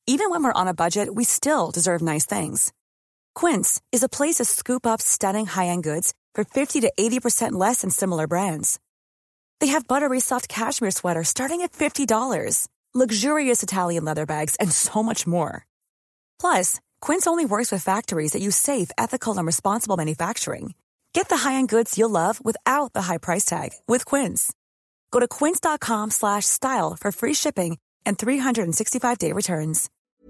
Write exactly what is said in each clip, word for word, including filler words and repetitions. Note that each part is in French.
Even when we're on a budget, we still deserve nice things. Quince is a place to scoop up stunning high-end goods for fifty to eighty percent less than similar brands. They have buttery soft cashmere sweaters starting at fifty dollars, luxurious Italian leather bags, and so much more. Plus, Quince only works with factories that use safe, ethical, and responsible manufacturing. Get the high-end goods you'll love without the high price tag with Quince. Go to quince.com slash style for free shipping and three sixty-five day returns.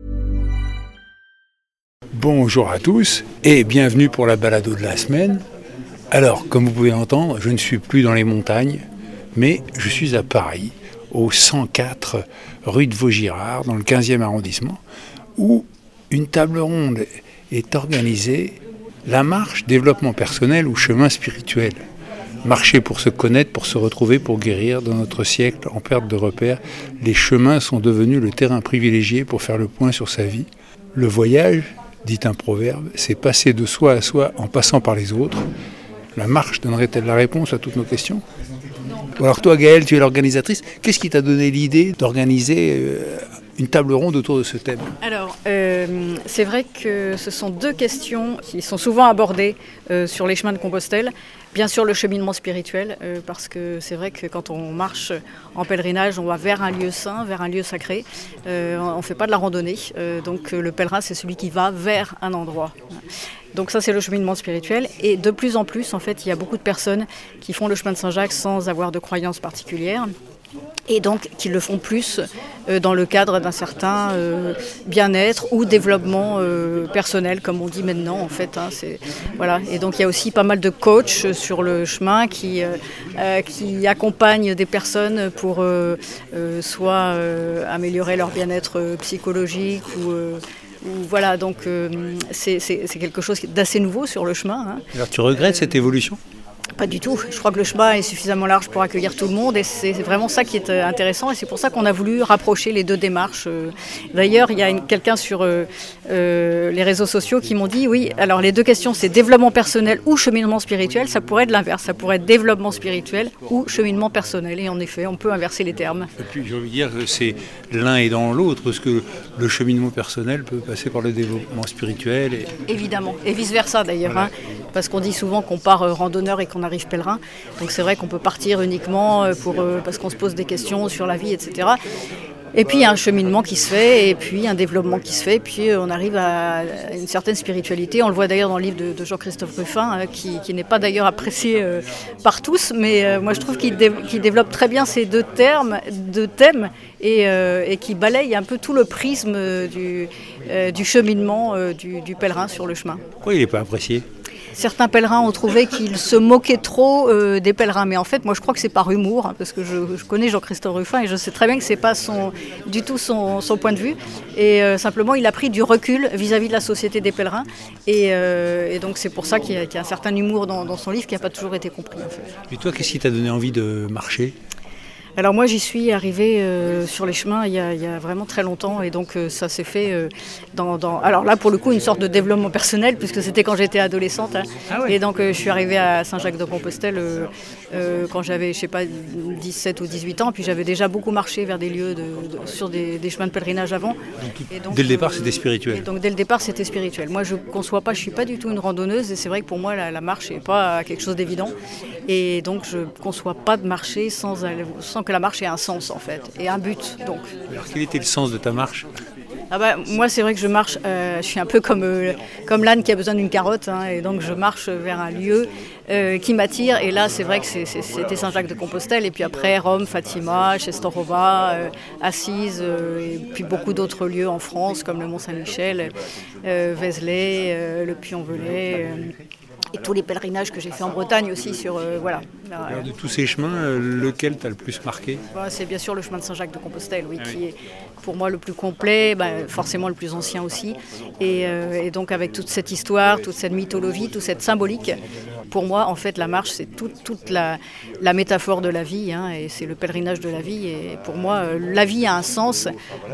Bonjour à tous et bienvenue pour la balado de la semaine. Alors, comme vous pouvez entendre, je ne suis plus dans les montagnes, mais je suis à Paris, au cent quatre rue de Vaugirard, dans le quinzième arrondissement, où une table ronde est organisée, la marche développement personnel ou chemin spirituel. Marcher pour se connaître, pour se retrouver, pour guérir. Dans notre siècle en perte de repères, les chemins sont devenus le terrain privilégié pour faire le point sur sa vie. Le voyage, dit un proverbe, c'est passer de soi à soi en passant par les autres. La marche donnerait-elle la réponse à toutes nos questions ? Alors toi, Gaëlle, tu es l'organisatrice. Qu'est-ce qui t'a donné l'idée d'organiser euh, une table ronde autour de ce thème ? Alors, euh, c'est vrai que ce sont deux questions qui sont souvent abordées euh, sur les chemins de Compostelle. Bien sûr, le cheminement spirituel, euh, parce que c'est vrai que quand on marche en pèlerinage, on va vers un lieu saint, vers un lieu sacré. Euh, on ne fait pas de la randonnée. Euh, donc le pèlerin, c'est celui qui va vers un endroit. Donc ça, c'est le cheminement spirituel. Et de plus en plus, en fait, il y a beaucoup de personnes qui font le chemin de Saint-Jacques sans avoir de croyance particulière. Et donc qui le font plus euh, dans le cadre d'un certain euh, bien-être ou développement euh, personnel, comme on dit maintenant en fait. Hein, c'est, voilà. Et donc il y a aussi pas mal de coachs sur le chemin qui, euh, euh, qui accompagnent des personnes pour euh, euh, soit euh, améliorer leur bien-être psychologique ou... Euh, Ou voilà, donc euh, c'est, c'est, c'est quelque chose d'assez nouveau sur le chemin. Hein. Alors tu regrettes euh, cette évolution ? Pas du tout. Je crois que le chemin est suffisamment large pour accueillir tout le monde et c'est vraiment ça qui est intéressant et c'est pour ça qu'on a voulu rapprocher les deux démarches. D'ailleurs, il y a une, quelqu'un sur euh, euh, les réseaux sociaux qui m'ont dit oui, alors les deux questions c'est développement personnel ou cheminement spirituel, ça pourrait être l'inverse, ça pourrait être développement spirituel ou cheminement personnel et en effet, on peut inverser les termes. Et puis j'ai envie de dire que c'est l'un et dans l'autre parce que le cheminement personnel peut passer par le développement spirituel. Et... Évidemment, et vice-versa d'ailleurs, voilà. hein, parce qu'on dit souvent qu'on part euh, randonneur et qu'on arrive pèlerin. Donc c'est vrai qu'on peut partir uniquement pour, euh, parce qu'on se pose des questions sur la vie, et cetera. Et puis il y a un cheminement qui se fait, et puis un développement qui se fait, et puis on arrive à une certaine spiritualité. On le voit d'ailleurs dans le livre de, de Jean-Christophe Ruffin, hein, qui, qui n'est pas d'ailleurs apprécié euh, par tous, mais euh, moi je trouve qu'il, dé, qu'il développe très bien ces deux termes, deux thèmes, et, euh, et qui balaye un peu tout le prisme du, euh, du cheminement euh, du, du pèlerin sur le chemin. Pourquoi il n'est pas apprécié ? Certains pèlerins ont trouvé qu'ils se moquaient trop euh, des pèlerins, mais en fait, moi, je crois que c'est par humour, hein, parce que je, je connais Jean-Christophe Ruffin et je sais très bien que c'est pas son, du tout son, son point de vue. Et euh, simplement, il a pris du recul vis-à-vis de la société des pèlerins. Et, euh, et donc, c'est pour ça qu'il y a, qu'il y a un certain humour dans, dans son livre qui n'a pas toujours été compris. En fait. Et toi, qu'est-ce qui t'a donné envie de marcher ? Alors moi j'y suis arrivée euh, sur les chemins il y, a, il y a vraiment très longtemps et donc euh, ça s'est fait euh, dans, dans... Alors là pour le coup une sorte de développement personnel puisque c'était quand j'étais adolescente hein. ah ouais. Et donc euh, je suis arrivée à Saint-Jacques-de-Compostelle euh, euh, quand j'avais je sais pas dix-sept ou dix-huit ans puis j'avais déjà beaucoup marché vers des lieux de, de, sur des, des chemins de pèlerinage avant. Donc, et donc, dès le départ euh, c'était spirituel. Et donc dès le départ c'était spirituel. Moi je conçois pas, je suis pas du tout une randonneuse et c'est vrai que pour moi la, la marche n'est pas quelque chose d'évident et donc je conçois pas de marcher sans, sans que la marche ait un sens en fait, et un but donc. Alors quel était le sens de ta marche ? Ah bah, moi c'est vrai que je marche, euh, je suis un peu comme, euh, comme l'âne qui a besoin d'une carotte hein, et donc je marche vers un lieu euh, qui m'attire et là c'est vrai que c'est, c'est, c'était Saint-Jacques-de-Compostelle et puis après Rome, Fatima, Cestorova, euh, Assise euh, et puis beaucoup d'autres lieux en France comme le Mont-Saint-Michel, euh, Vézelay, euh, le Puy-en-Velay euh, et tous les pèlerinages que j'ai fait en Bretagne aussi sur euh, voilà. Là, Alors, de tous ces chemins, euh, lequel t'as le plus marqué ? bah, C'est bien sûr le chemin de Saint-Jacques-de-Compostelle, oui, ah, qui oui. est pour moi le plus complet, bah, forcément le plus ancien aussi. Et, euh, et donc avec toute cette histoire, toute cette mythologie, toute cette symbolique, pour moi en fait la marche c'est toute, toute la, la métaphore de la vie, hein, et c'est le pèlerinage de la vie. Et pour moi euh, la vie a un sens,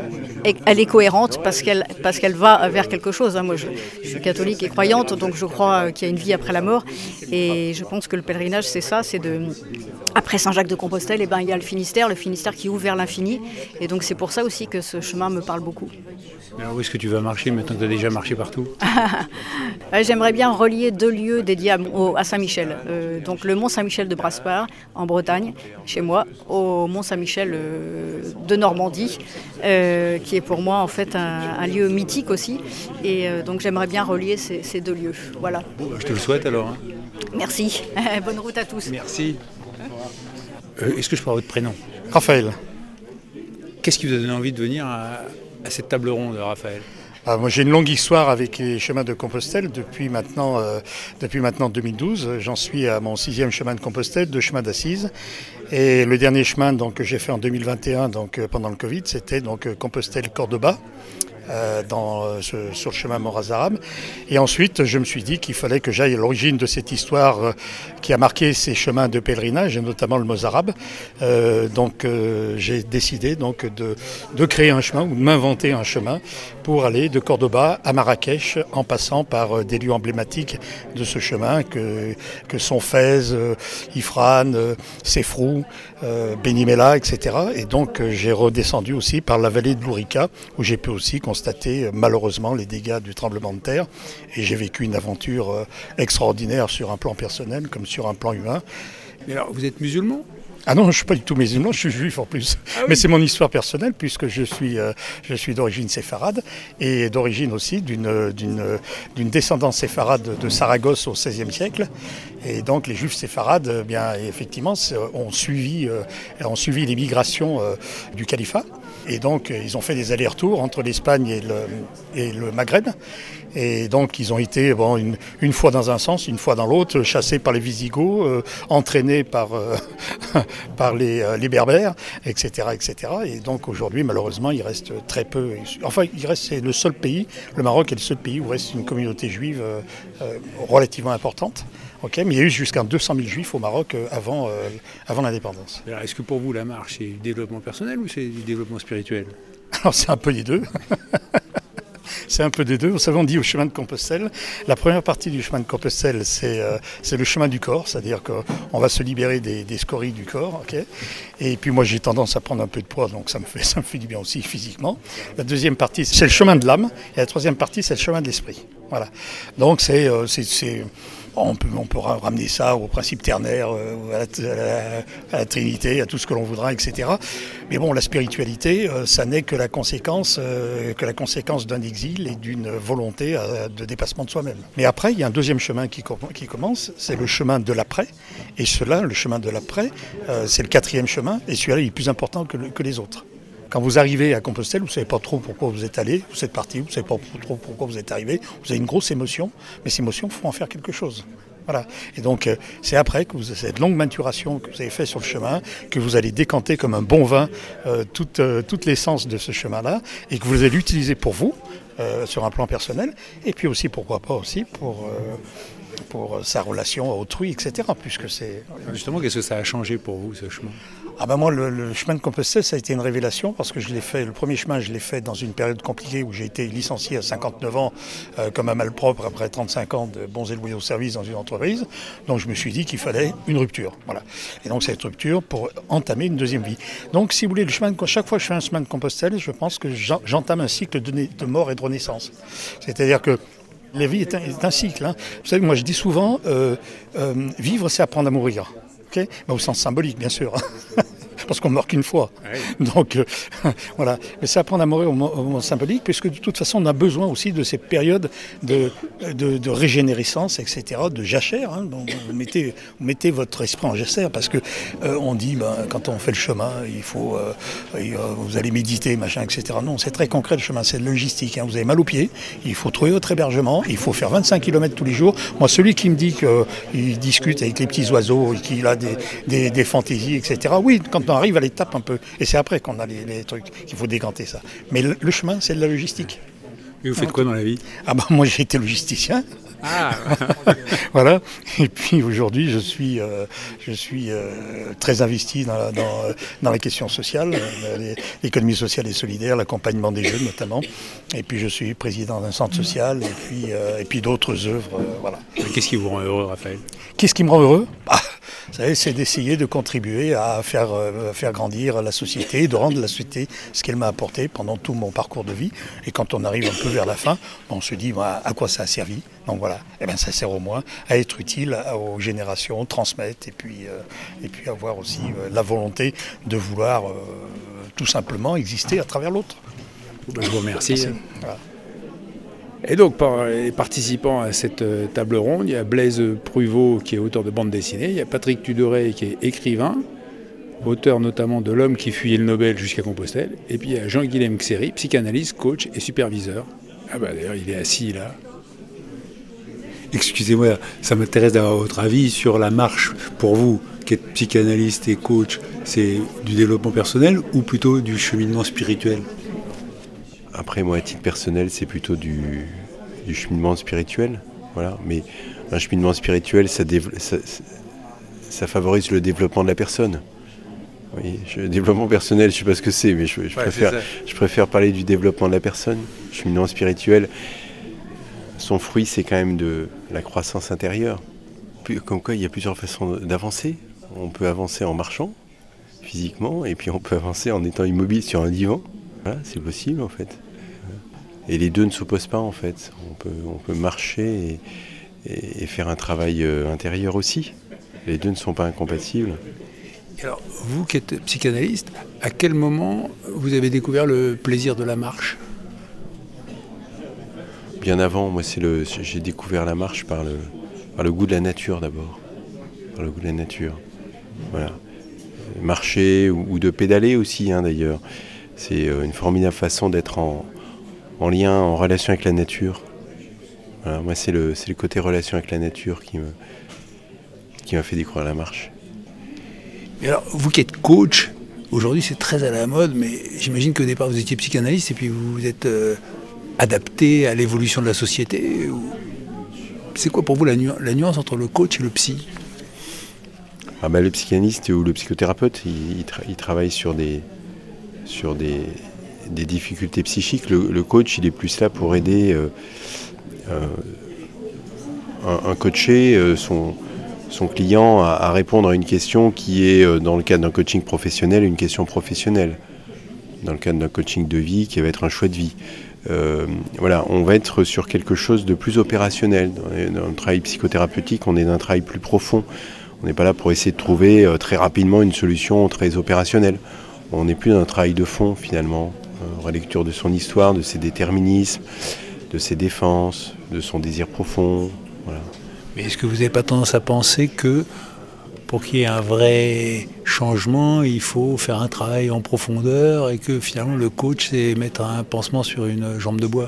et elle est cohérente parce qu'elle, parce qu'elle va vers quelque chose. Hein. Moi je, je suis catholique et croyante, donc je crois qu'il y a une vie après la mort. Et je pense que le pèlerinage c'est ça, c'est de après Saint-Jacques-de-Compostelle, eh ben, il y a le Finistère, le Finistère qui ouvre vers l'infini. Et donc c'est pour ça aussi que ce chemin me parle beaucoup. Alors où est-ce que tu vas marcher maintenant que tu as déjà marché partout? J'aimerais bien relier deux lieux dédiés à, au, à Saint-Michel. Euh, donc le Mont Saint-Michel de Brasparts, en Bretagne, chez moi, au Mont Saint-Michel euh, de Normandie, euh, qui est pour moi en fait un, un lieu mythique aussi. Et euh, donc j'aimerais bien relier ces, ces deux lieux. Voilà. Bon, bah, je te le souhaite alors. Hein. Merci. Bonne route à tous. Merci. Euh, est-ce que je peux avoir votre prénom? Raphaël. Qu'est-ce qui vous a donné envie de venir à, à cette table ronde, Raphaël? Ah, moi, j'ai une longue histoire avec les chemins de Compostelle depuis maintenant, euh, depuis maintenant deux mille douze. J'en suis à mon sixième chemin de Compostelle, deux chemins d'Assise. Et le dernier chemin donc, que j'ai fait en deux mille vingt et un, donc, pendant le Covid, c'était donc, Compostelle-Cordoba. Euh, dans, euh, sur le chemin Morazarab. Et ensuite, je me suis dit qu'il fallait que j'aille à l'origine de cette histoire euh, qui a marqué ces chemins de pèlerinage, et notamment le Mozarab. Euh, donc, euh, j'ai décidé donc, de, de créer un chemin, ou de m'inventer un chemin, pour aller de Cordoba à Marrakech, en passant par euh, des lieux emblématiques de ce chemin, que, que sont Fès, euh, Ifrane, euh, Sefrou, euh, Benimella, et cetera. Et donc, euh, j'ai redescendu aussi par la vallée de l'Ourika, où j'ai pu aussi constater malheureusement les dégâts du tremblement de terre, et j'ai vécu une aventure euh, extraordinaire sur un plan personnel comme sur un plan humain. Mais alors, vous êtes musulman? Ah non, je ne suis pas du tout musulman, je suis juif en plus. Ah oui. Mais c'est mon histoire personnelle puisque je suis, euh, je suis d'origine séfarade et d'origine aussi d'une, d'une, d'une descendance séfarade de Saragosse au seizième siècle. Et donc les juifs séfarades, eh bien, effectivement, ont suivi, euh, ont suivi les migrations euh, du califat. Et donc ils ont fait des allers-retours entre l'Espagne et le, et le Maghreb. Et donc ils ont été bon, une, une fois dans un sens, une fois dans l'autre, chassés par les Visigoths, euh, entraînés par, euh, par les, euh, les Berbères, et cetera, et cetera. Et donc aujourd'hui, malheureusement, il reste très peu. Enfin, il reste, c'est le seul pays, le Maroc est le seul pays où reste une communauté juive euh, euh, relativement importante. Okay, mais il y a eu jusqu'à deux cent mille juifs au Maroc euh, avant, euh, avant l'indépendance. Alors, est-ce que pour vous, la marche, c'est du développement personnel ou c'est du développement spirituel? Alors, c'est un peu les deux. C'est un peu des deux. Vous savez, on dit au chemin de Compostelle, la première partie du chemin de Compostelle, c'est, euh, c'est le chemin du corps, c'est-à-dire qu'on va se libérer des, des scories du corps. Okay, et puis moi, j'ai tendance à prendre un peu de poids, donc ça me fait, ça me fait du bien aussi physiquement. La deuxième partie, c'est le chemin de l'âme, et la troisième partie, c'est le chemin de l'esprit. Voilà. Donc c'est... Euh, c'est, c'est On peut, on peut ramener ça au principe ternaire, à la, à, la, à la Trinité, à tout ce que l'on voudra, et cetera. Mais bon, la spiritualité, ça n'est que la conséquence, que la conséquence d'un exil et d'une volonté de dépassement de soi-même. Mais après, il y a un deuxième chemin qui, qui commence, c'est le chemin de l'après. Et cela, le chemin de l'après, c'est le quatrième chemin, et celui-là, il est plus important que, le, que les autres. Quand vous arrivez à Compostelle, vous ne savez pas trop pourquoi vous êtes allé, vous êtes parti, vous ne savez pas trop pourquoi vous êtes arrivé, vous avez une grosse émotion, mais ces émotions, il faut en faire quelque chose. Voilà. Et donc, euh, c'est après que vous avez cette longue maturation que vous avez fait sur le chemin, que vous allez décanter comme un bon vin euh, toute, euh, toute l'essence de ce chemin-là, et que vous allez l'utiliser pour vous, euh, sur un plan personnel, et puis aussi, pourquoi pas aussi, pour... Euh, pour sa relation à autrui, et cetera. Puisque c'est... Justement, qu'est-ce que ça a changé pour vous, ce chemin? Ah ben moi, le, le chemin de Compostelle, ça a été une révélation parce que je l'ai fait, le premier chemin, je l'ai fait dans une période compliquée où j'ai été licencié à cinquante-neuf ans euh, comme un malpropre après trente-cinq ans de bons et loyaux services dans une entreprise. Donc je me suis dit qu'il fallait une rupture. Voilà. Et donc cette rupture pour entamer une deuxième vie. Donc si vous voulez, le chemin de, chaque fois que je fais un chemin de Compostelle, je pense que j'entame un cycle de, de mort et de renaissance. C'est-à-dire que la vie est un, est un cycle. Hein. Vous savez, moi je dis souvent, euh, euh, vivre c'est apprendre à mourir. Okay, mais au sens symbolique, bien sûr. Parce qu'on ne meurt qu'une fois. Oui. Donc, euh, voilà. Mais c'est apprendre à mourir au moment symbolique, puisque de toute façon, on a besoin aussi de ces périodes de, de, de régénérescence, et cetera, de jachère. Hein. Bon, vous, mettez, vous mettez votre esprit en jachère, parce que euh, on dit, ben, quand on fait le chemin, il faut, euh, et, euh, vous allez méditer, machin, et cetera. Non, c'est très concret le chemin, c'est de logistique. Hein. Vous avez mal aux pieds, il faut trouver votre hébergement, il faut faire vingt-cinq kilomètres tous les jours. Moi, celui qui me dit qu'il discute avec les petits oiseaux, qu'il a des, des, des fantaisies, et cetera. Oui, quand on arrive à l'étape un peu, et c'est après qu'on a les, les trucs qu'il faut décanter ça. Mais le, le chemin, c'est de la logistique. Et vous faites hein, quoi dans la vie? Ah ben moi j'ai été logisticien. Ah. Voilà. Et puis aujourd'hui je suis, euh, je suis euh, très investi dans la, dans, dans la question sociale, euh, l'économie sociale et solidaire, l'accompagnement des jeunes notamment. Et puis je suis président d'un centre social et puis, euh, et puis d'autres œuvres. Euh, voilà. Et qu'est-ce qui vous rend heureux, Raphaël? Qu'est-ce qui me rend heureux? Ah, Vous savez, c'est d'essayer de contribuer à faire, euh, faire grandir la société, de rendre la société ce qu'elle m'a apporté pendant tout mon parcours de vie. Et quand on arrive un peu vers la fin, on se dit bah, à quoi ça a servi. Donc voilà, eh bien, ça sert au moins à être utile aux générations, transmettre et puis, euh, et puis avoir aussi euh, la volonté de vouloir euh, tout simplement exister à travers l'autre. Ben, je vous remercie. Merci. Voilà. Et donc, par les participants à cette table ronde, il y a Blaise Pruvot qui est auteur de bande dessinée, il y a Patrick Tudoret qui est écrivain, auteur notamment de L'homme qui fuyait le Nobel jusqu'à Compostelle, et puis il y a Jean-Guilhem Xéry, psychanalyste, coach et superviseur. Ah bah d'ailleurs, il est assis là. Excusez-moi, ça m'intéresse d'avoir votre avis sur la marche pour vous, qui êtes psychanalyste et coach. C'est du développement personnel ou plutôt du cheminement spirituel ? Après, moi, à titre personnel, c'est plutôt du, du cheminement spirituel. Voilà. Mais un cheminement spirituel, ça, dév- ça, ça favorise le développement de la personne. Oui, je, développement personnel, je ne sais pas ce que c'est, mais je, je, ouais, préfère, je préfère parler du développement de la personne. Le cheminement spirituel, son fruit, c'est quand même de la croissance intérieure. Comme quoi, il y a plusieurs façons d'avancer. On peut avancer en marchant, physiquement, et puis on peut avancer en étant immobile sur un divan. Voilà, c'est possible en fait. Et les deux ne s'opposent pas en fait. On peut, on peut marcher et, et, et faire un travail euh, intérieur aussi. Les deux ne sont pas incompatibles. Et alors, vous qui êtes psychanalyste, à quel moment vous avez découvert le plaisir de la marche ? Bien avant, moi c'est le, j'ai découvert la marche par le, par le goût de la nature d'abord. Par le goût de la nature. Voilà. Marcher ou, ou de pédaler aussi hein, d'ailleurs. C'est une formidable façon d'être en, en lien, en relation avec la nature. Voilà, moi, c'est le, c'est le côté relation avec la nature qui, me, qui m'a fait découvrir la marche. Et alors, vous qui êtes coach, aujourd'hui c'est très à la mode, mais j'imagine qu'au départ vous étiez psychanalyste et puis vous vous êtes euh, adapté à l'évolution de la société. Ou... C'est quoi pour vous la, nu- la nuance entre le coach et le psy ? Ah ben, le psychanalyste ou le psychothérapeute, il, il, tra- il travaille sur des... sur des, des difficultés psychiques. Le, le coach, il est plus là pour aider euh, euh, un, un coaché, euh, son, son client, à, à répondre à une question qui est, euh, dans le cadre d'un coaching professionnel, une question professionnelle. Dans le cadre d'un coaching de vie, qui va être un choix de vie. Euh, voilà, on va être sur quelque chose de plus opérationnel. Dans, dans le travail psychothérapeutique, on est dans un travail plus profond. On n'est pas là pour essayer de trouver euh, très rapidement une solution très opérationnelle. On n'est plus dans un travail de fond, finalement, euh, relecture de son histoire, de ses déterminismes, de ses défenses, de son désir profond. Voilà. Mais est-ce que vous n'avez pas tendance à penser que pour qu'il y ait un vrai changement, il faut faire un travail en profondeur et que finalement le coach, c'est mettre un pansement sur une jambe de bois ?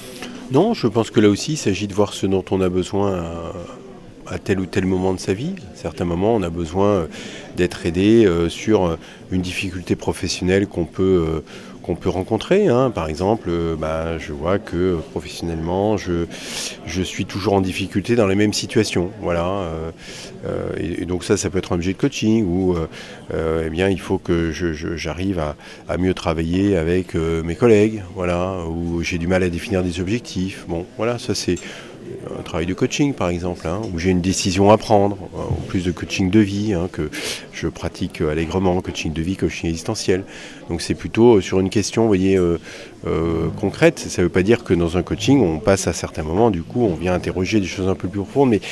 Non, je pense que là aussi, il s'agit de voir ce dont on a besoin à, à tel ou tel moment de sa vie. À certains moments, on a besoin d'être aidé euh, sur une difficulté professionnelle qu'on peut, euh, qu'on peut rencontrer. Hein. Par exemple, euh, bah, je vois que euh, professionnellement, je, je suis toujours en difficulté dans les mêmes situations. Voilà. Euh, euh, et, et donc ça, ça peut être un objet de coaching où euh, euh, eh bien, il faut que je, je, j'arrive à, à mieux travailler avec euh, mes collègues. Voilà, où j'ai du mal à définir des objectifs. Bon, voilà, ça c'est un travail de coaching par exemple, hein, où j'ai une décision à prendre, hein, ou plus de coaching de vie, hein, que je pratique allègrement, coaching de vie, coaching existentiel. Donc c'est plutôt sur une question, vous voyez, euh, euh, concrète. Ça ne veut pas dire que dans un coaching, on passe à certains moments, du coup, on vient interroger des choses un peu plus profondes, mais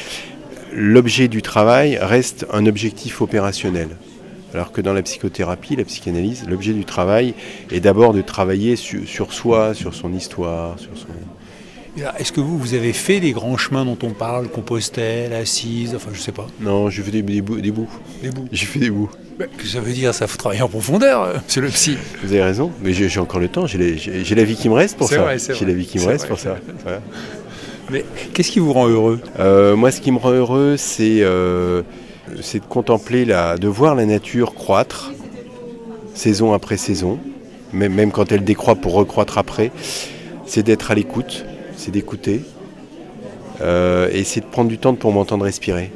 l'objet du travail reste un objectif opérationnel. Alors que dans la psychothérapie, la psychanalyse, l'objet du travail est d'abord de travailler sur, sur soi, sur son histoire, sur son... Est-ce que vous, vous avez fait les grands chemins dont on parle, Compostelle, Assise, enfin je sais pas. Non, j'ai fait des, des bouts. Des bouts. Des bouts. J'ai fait des bouts. Mais qu'est-ce que ça veut dire ? Ça faut travailler en profondeur, c'est le psy. Vous avez raison, mais j'ai, j'ai encore le temps, j'ai, les, j'ai, j'ai la vie qui me reste pour c'est ça. Vrai, c'est j'ai vrai. la vie qui me c'est reste vrai, pour ça. Voilà. Mais qu'est-ce qui vous rend heureux ? euh, Moi, ce qui me rend heureux, c'est, euh, c'est de contempler, la, de voir la nature croître, saison après saison, même, même quand elle décroît pour recroître après. C'est d'être à l'écoute, c'est d'écouter. Euh, et c'est de prendre du temps pour m'entendre respirer.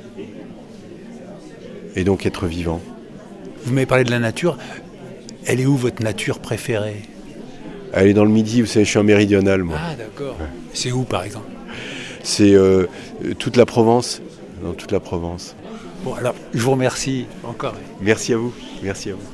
Et donc être vivant. Vous m'avez parlé de la nature. Elle est où votre nature préférée ? Elle est dans le midi, vous savez, je suis en méridional, moi. Ah d'accord. Ouais. C'est où par exemple ? C'est euh, toute la Provence. Dans toute la Provence. Bon, alors, je vous remercie encore. Merci à vous. Merci à vous.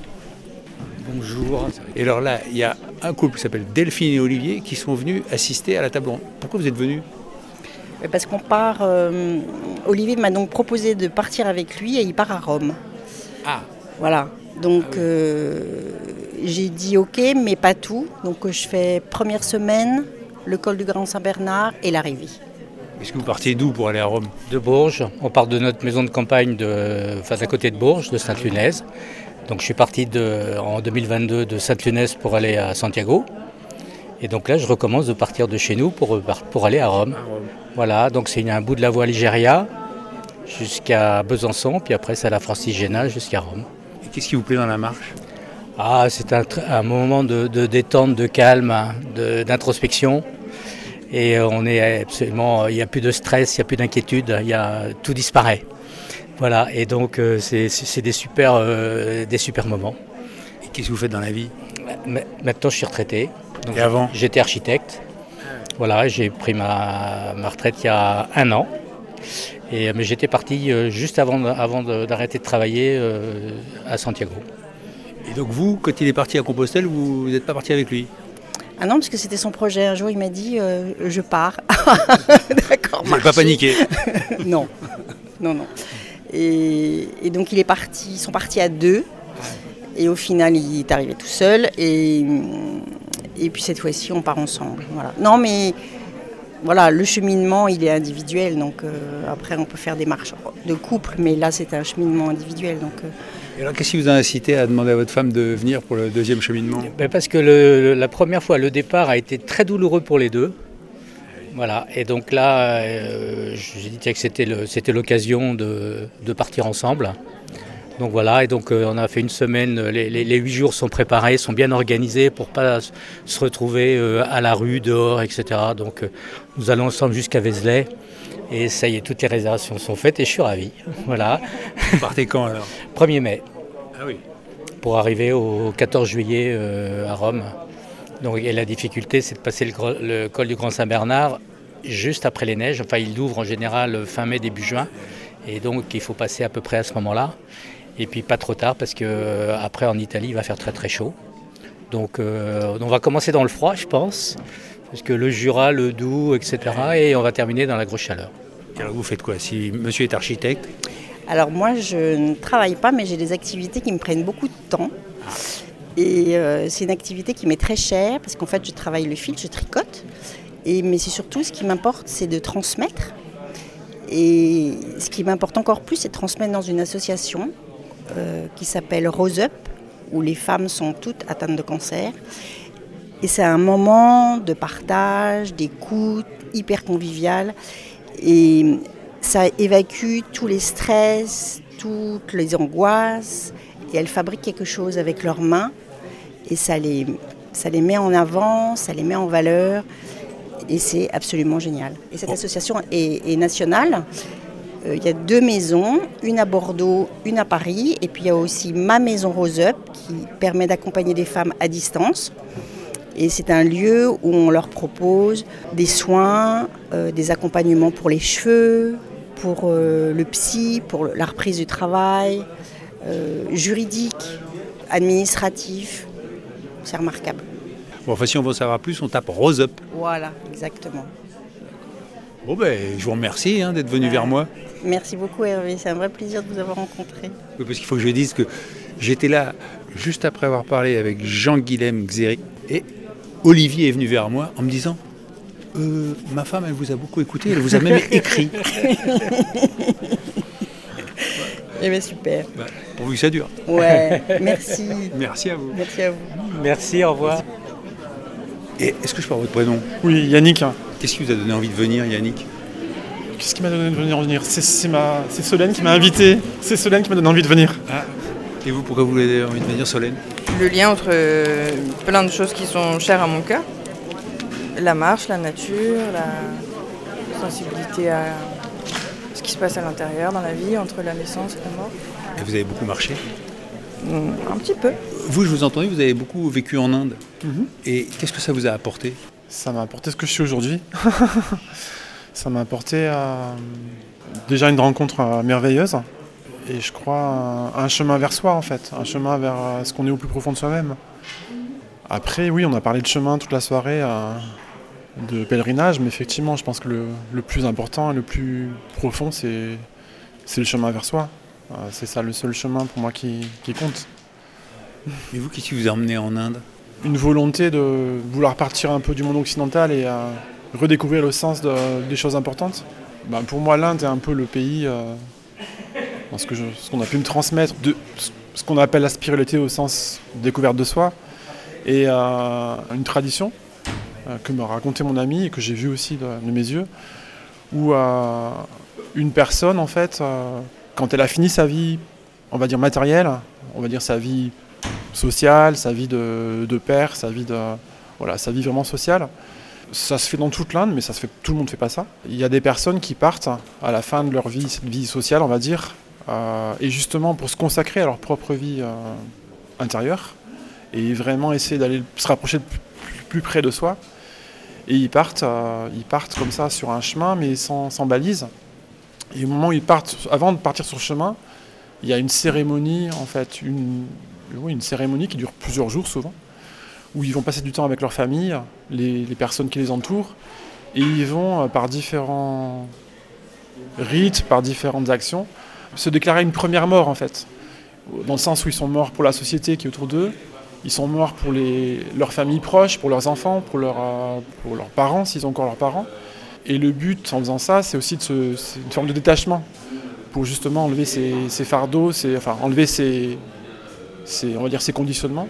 Bonjour. Et alors là, il y a un couple qui s'appelle Delphine et Olivier qui sont venus assister à la table ronde. Pourquoi vous êtes venus ? Parce qu'on part. Euh, Olivier m'a donc proposé de partir avec lui et il part à Rome. Ah. Voilà. Donc Ah oui. euh, j'ai dit ok, mais pas tout. Donc je fais première semaine, le col du Grand Saint-Bernard et l'arrivée. Est-ce que vous partiez d'où pour aller à Rome ? De Bourges. On part de notre maison de campagne de, enfin, d'à côté de Bourges, de Sainte-Lunaise. Donc je suis parti de, en deux mille vingt-deux de Sainte-Lunaise pour aller à Santiago. Et donc là, je recommence de partir de chez nous pour, pour aller à Rome. À Rome. Voilà, donc c'est un bout de la voie Ligéria jusqu'à Besançon, puis après c'est à la Francigena jusqu'à Rome. Et qu'est-ce qui vous plaît dans la marche ? Ah, c'est un, un moment de, de détente, de calme, de, d'introspection. Et on est absolument, il n'y a plus de stress, il n'y a plus d'inquiétude, il y a, tout disparaît. Voilà, et donc euh, c'est, c'est des super, euh, des super moments. Et qu'est-ce que vous faites dans la vie ? Maintenant, je suis retraité. Donc, Et avant ? J'étais architecte. Voilà, j'ai pris ma, ma retraite il y a un an. Et, mais j'étais parti euh, juste avant, avant de, d'arrêter de travailler euh, à Santiago. Et donc vous, quand il est parti à Compostelle, vous n'êtes pas parti avec lui ? Ah non, parce que c'était son projet. Un jour, il m'a dit euh, je pars. D'accord. Vous n'avez pas paniqué ? Non, non, non. Et, et donc il est parti, ils sont partis à deux. Et au final, il est arrivé tout seul. Et, et puis cette fois-ci, on part ensemble. Voilà. Non, mais voilà, le cheminement, il est individuel. Donc euh, après, on peut faire des marches de couple, mais là, c'est un cheminement individuel. Donc, euh... Et alors, qu'est-ce qui vous a incité à demander à votre femme de venir pour le deuxième cheminement ? Ben parce que le, le, la première fois, le départ a été très douloureux pour les deux. Voilà, et donc là, euh, j'ai dit que c'était, le, c'était l'occasion de, de partir ensemble. Donc voilà, et donc euh, on a fait une semaine, les, les, les huit jours sont préparés, sont bien organisés pour ne pas se retrouver euh, à la rue, dehors, et cetera. Donc euh, nous allons ensemble jusqu'à Vézelay, et ça y est, toutes les réservations sont faites, et je suis ravi. Voilà. Vous partez quand alors ? premier mai, Ah oui. pour arriver au quatorze juillet euh, à Rome. Donc, et la difficulté, c'est de passer le, le col du Grand Saint-Bernard juste après les neiges. Enfin, il ouvre en général fin mai, début juin. Et donc, il faut passer à peu près à ce moment-là. Et puis, pas trop tard, parce qu'après, en Italie, il va faire très très chaud. Donc, euh, on va commencer dans le froid, je pense. Parce que le Jura, le Doubs, et cetera. Et on va terminer dans la grosse chaleur. Et alors, vous faites quoi ? Si monsieur est architecte ? Alors moi, je ne travaille pas, mais j'ai des activités qui me prennent beaucoup de temps. Et euh, c'est une activité qui m'est très chère, parce qu'en fait, je travaille le fil, je tricote. Et, mais c'est surtout, ce qui m'importe, c'est de transmettre. Et ce qui m'importe encore plus, c'est de transmettre dans une association euh, qui s'appelle Rose Up, où les femmes sont toutes atteintes de cancer. Et c'est un moment de partage, d'écoute, hyper convivial. Et ça évacue tous les stress, toutes les angoisses. Et elles fabriquent quelque chose avec leurs mains. Et ça les, ça les met en avant, ça les met en valeur. Et c'est absolument génial. Et cette association est, est nationale. Euh, il y a deux maisons, une à Bordeaux, une à Paris. Et puis il y a aussi ma maison Rose Up qui permet d'accompagner des femmes à distance. Et c'est un lieu où on leur propose des soins, euh, des accompagnements pour les cheveux, pour euh, le psy, pour la reprise du travail, euh, juridique, administratif. C'est remarquable. Bon, enfin, si on veut en savoir plus, on tape Rose Up. Voilà, exactement. Bon, ben, je vous remercie hein, d'être venu vers moi. Merci beaucoup Hervé, c'est un vrai plaisir de vous avoir rencontré. Oui, parce qu'il faut que je dise que j'étais là juste après avoir parlé avec Jean-Guilhem Xéry et Olivier est venu vers moi en me disant euh, « Ma femme, elle vous a beaucoup écouté, elle vous a même écrit. » Eh bien super. Bah, pourvu que ça dure. Ouais, merci. Merci à vous. Merci à vous. Merci, au revoir. Et est-ce que je peux avoir votre prénom ? Oui, Yannick. Qu'est-ce qui vous a donné envie de venir, Yannick ? Qu'est-ce qui m'a donné envie de venir ? C'est, c'est, ma... c'est Solène qui m'a invité. C'est Solène qui m'a donné envie de venir. Ah. Et vous, pourquoi vous avez envie de venir, Solène ? Le lien entre euh, plein de choses qui sont chères à mon cœur. La marche, la nature, la sensibilité à ce qui se passe à l'intérieur, dans la vie, entre la naissance et la mort. Et vous avez beaucoup marché ? Un petit peu. Vous, je vous ai entendu, vous avez beaucoup vécu en Inde. Mm-hmm. Et qu'est-ce que ça vous a apporté ? Ça m'a apporté ce que je suis aujourd'hui. Ça m'a apporté euh, déjà une rencontre euh, merveilleuse et je crois un, un chemin vers soi en fait, un chemin vers euh, ce qu'on est au plus profond de soi-même. Après oui, on a parlé de chemin toute la soirée, euh, de pèlerinage, mais effectivement je pense que le, le plus important et le plus profond c'est, c'est le chemin vers soi. Euh, c'est ça le seul chemin pour moi qui, qui compte. Et vous, qu'est-ce qui vous a emmené en Inde ? Une volonté de vouloir partir un peu du monde occidental et euh, redécouvrir le sens de, des choses importantes. Ben, pour moi, l'Inde est un peu le pays, euh, dans ce, que je, ce qu'on a pu me transmettre, de ce qu'on appelle la spiritualité au sens découverte de soi, et euh, une tradition euh, que m'a raconté mon ami et que j'ai vu aussi de, de mes yeux, où euh, une personne, en fait, euh, quand elle a fini sa vie, on va dire matérielle, on va dire sa vie sociale, sa vie de, de père, sa vie de voilà, sa vie vraiment sociale. Ça se fait dans toute l'Inde, mais ça se fait, tout le monde ne fait pas ça. Il y a des personnes qui partent à la fin de leur vie, cette vie sociale, on va dire, euh, et justement pour se consacrer à leur propre vie euh, intérieure, et vraiment essayer d'aller se rapprocher de plus, plus près de soi. Et ils partent, euh, ils partent comme ça sur un chemin, mais sans, sans balise. Et au moment où ils partent, avant de partir sur le chemin, il y a une cérémonie, en fait, une Oui, une cérémonie qui dure plusieurs jours souvent, où ils vont passer du temps avec leur famille, les, les personnes qui les entourent, et ils vont, par différents rites, par différentes actions, se déclarer une première mort en fait, dans le sens où ils sont morts pour la société qui est autour d'eux, ils sont morts pour les, leurs familles proches, pour leurs enfants, pour, leur, pour leurs parents, s'ils ont encore leurs parents. Et le but en faisant ça, c'est aussi de se, c'est une forme de détachement, pour justement enlever ces, ces fardeaux, ces, enfin enlever ces... C'est, on va dire, ses conditionnements,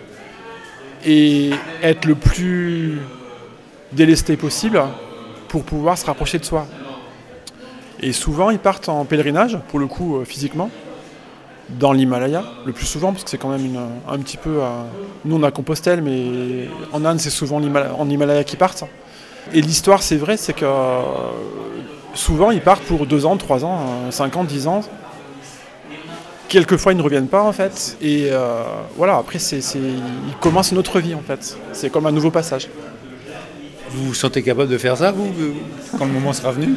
et être le plus délesté possible pour pouvoir se rapprocher de soi. Et souvent, ils partent en pèlerinage, pour le coup, euh, physiquement, dans l'Himalaya, le plus souvent, parce que c'est quand même une, un petit peu... Euh, nous, on a Compostelle, mais en Inde, c'est souvent l'Himalaya, en Himalaya qu'ils partent. Et l'histoire, c'est vrai, c'est que euh, souvent, ils partent pour deux ans, trois ans, euh, cinq ans, dix ans. Quelquefois, ils ne reviennent pas, en fait. Et euh, voilà, après, c'est, c'est, ils commencent une autre vie, en fait. C'est comme un nouveau passage. Vous vous sentez capable de faire ça, vous, quand le moment sera venu ?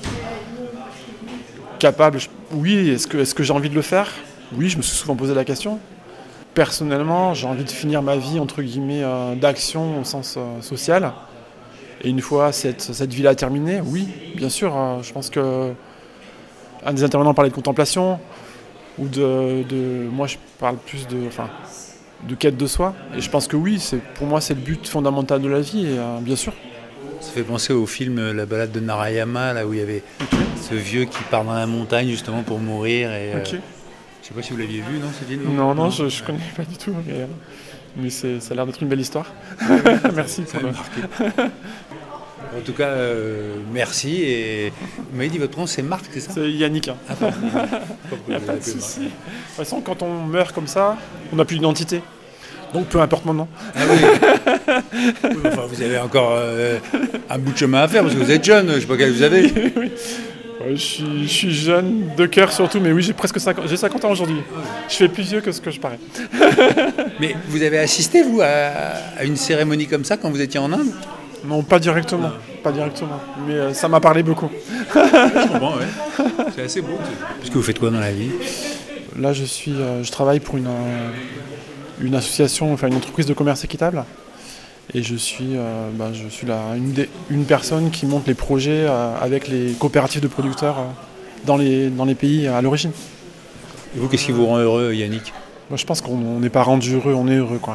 Capable, je... oui. Est-ce que, est-ce que j'ai envie de le faire ? Oui, je me suis souvent posé la question. Personnellement, j'ai envie de finir ma vie, entre guillemets, euh, d'action au sens euh, social. Et une fois cette, cette vie-là terminée, oui, bien sûr. Euh, je pense que un des intervenants parlait de contemplation. Ou de, de, moi je parle plus de, enfin, de quête de soi. Et je pense que oui, c'est, pour moi c'est le but fondamental de la vie, et euh, bien sûr. Ça fait penser au film La balade de Narayama, là où il y avait okay. ce vieux qui part dans la montagne justement pour mourir. Et, okay. euh, je sais pas si vous l'aviez vu, non, ce film ? Non, non, non, je ne connais pas du tout, mais, mais c'est, ça a l'air d'être une belle histoire. Merci. Ça m'a marqué. En tout cas, euh, merci. Et vous m'avez dit votre nom, c'est Marc, c'est ça ? C'est Yannick. Hein. Ah, pardon. Il n'y a pas de souci. De toute façon, quand on meurt comme ça, on n'a plus d'identité. Donc peu importe mon nom. Ah oui. Oui, enfin, vous avez encore euh, un bout de chemin à faire parce que vous êtes jeune. Je ne sais pas quel vous avez. Oui, oui. Ouais, je, suis, je suis jeune de cœur surtout, mais oui, j'ai presque cinquante, j'ai cinquante ans aujourd'hui. Je fais plus vieux que ce que je parais. Mais vous avez assisté, vous, à, à une cérémonie comme ça quand vous étiez en Inde ? Non, pas directement, non. pas directement, mais euh, ça m'a parlé beaucoup. Je comprends, ouais. C'est assez beau. Parce que vous faites quoi dans la vie ? Là, je suis, euh, je travaille pour une, euh, une association, enfin une entreprise de commerce équitable, et je suis, euh, bah, je suis là une, des, une personne qui monte les projets euh, avec les coopératives de producteurs euh, dans les dans les pays à l'origine. Et vous, qu'est-ce qui vous rend heureux, Yannick ? Moi, je pense qu'on n'est pas rendu heureux, on est heureux, quoi.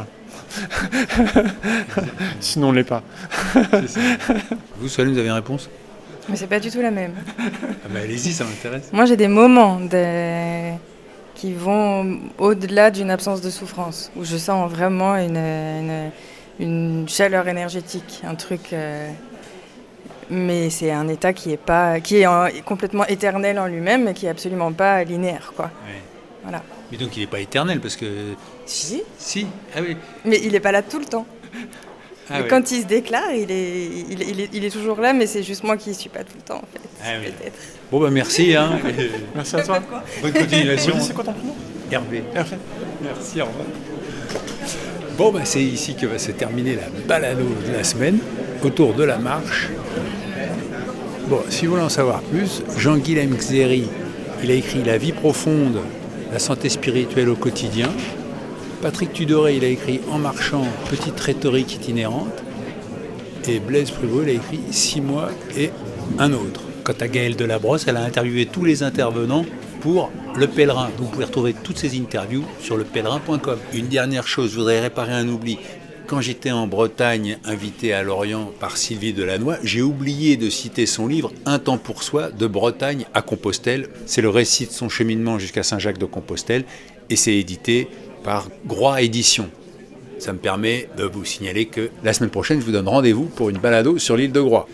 Sinon on ne l'est pas. Vous, Solène, vous avez une réponse ? Mais c'est pas du tout la même. Ah bah allez-y, ça m'intéresse. Moi j'ai des moments de... qui vont au-delà d'une absence de souffrance, où je sens vraiment une, une, une chaleur énergétique, un truc... Euh... Mais c'est un état qui est, pas... qui est en... complètement éternel en lui-même, mais qui est absolument pas linéaire, quoi. Ouais. Voilà. Mais donc il n'est pas éternel parce que... Si. Si, ah oui. Mais il n'est pas là tout le temps. Ah et oui. Quand il se déclare, il est, il, il, est, il est toujours là, mais c'est juste moi qui ne suis pas tout le temps, en fait. Ah oui. Peut-être. Bon, bah merci. Hein. Merci à toi. Bonne continuation. Oui, c'est quoi ton prénom ? Hervé. Hervé. Merci, au revoir. Bon, bah c'est ici que va se terminer la balado de la semaine, autour de la marche. Bon, si vous voulez en savoir plus, Jean-Guilhem Xéry il a écrit La vie profonde, la santé spirituelle au quotidien. Patrick Tudoré, il a écrit En marchant, petite rhétorique itinérante. Et Blaise Prévost, il a écrit Six mois et un autre. Quant à Gaëlle Delabrosse, elle a interviewé tous les intervenants pour Le Pèlerin. Vous pouvez retrouver toutes ces interviews sur le pèlerin point com. Une dernière chose, je voudrais réparer un oubli. Quand j'étais en Bretagne, invité à Lorient par Sylvie Delannoy, j'ai oublié de citer son livre « Un temps pour soi, de Bretagne à Compostelle ». C'est le récit de son cheminement jusqu'à Saint-Jacques-de-Compostelle et c'est édité par Groix Éditions. Ça me permet de vous signaler que la semaine prochaine, je vous donne rendez-vous pour une balado sur l'île de Groix.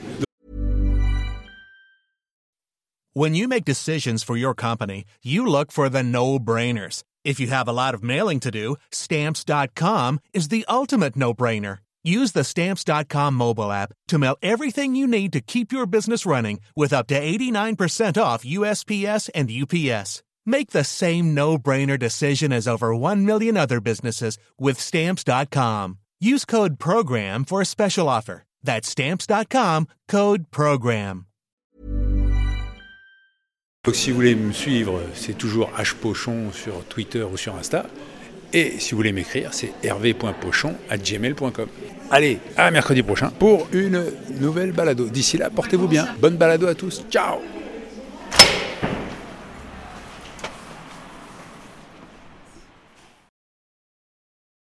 When you make decisions for your company, you look for the no-brainers. If you have a lot of mailing to do, Stamps dot com is the ultimate no-brainer. Use the Stamps dot com mobile app to mail everything you need to keep your business running with up to eighty-nine percent off U S P S and U P S. Make the same no-brainer decision as over one million other businesses with Stamps dot com. Use code PROGRAM for a special offer. That's Stamps dot com, code PROGRAM. Donc si vous voulez me suivre, c'est toujours hpochon sur Twitter ou sur Insta. Et si vous voulez m'écrire, c'est hervé point pochon arobase gmail point com. Allez, à mercredi prochain pour une nouvelle balado. D'ici là, portez-vous bien. Bonne balado à tous. Ciao!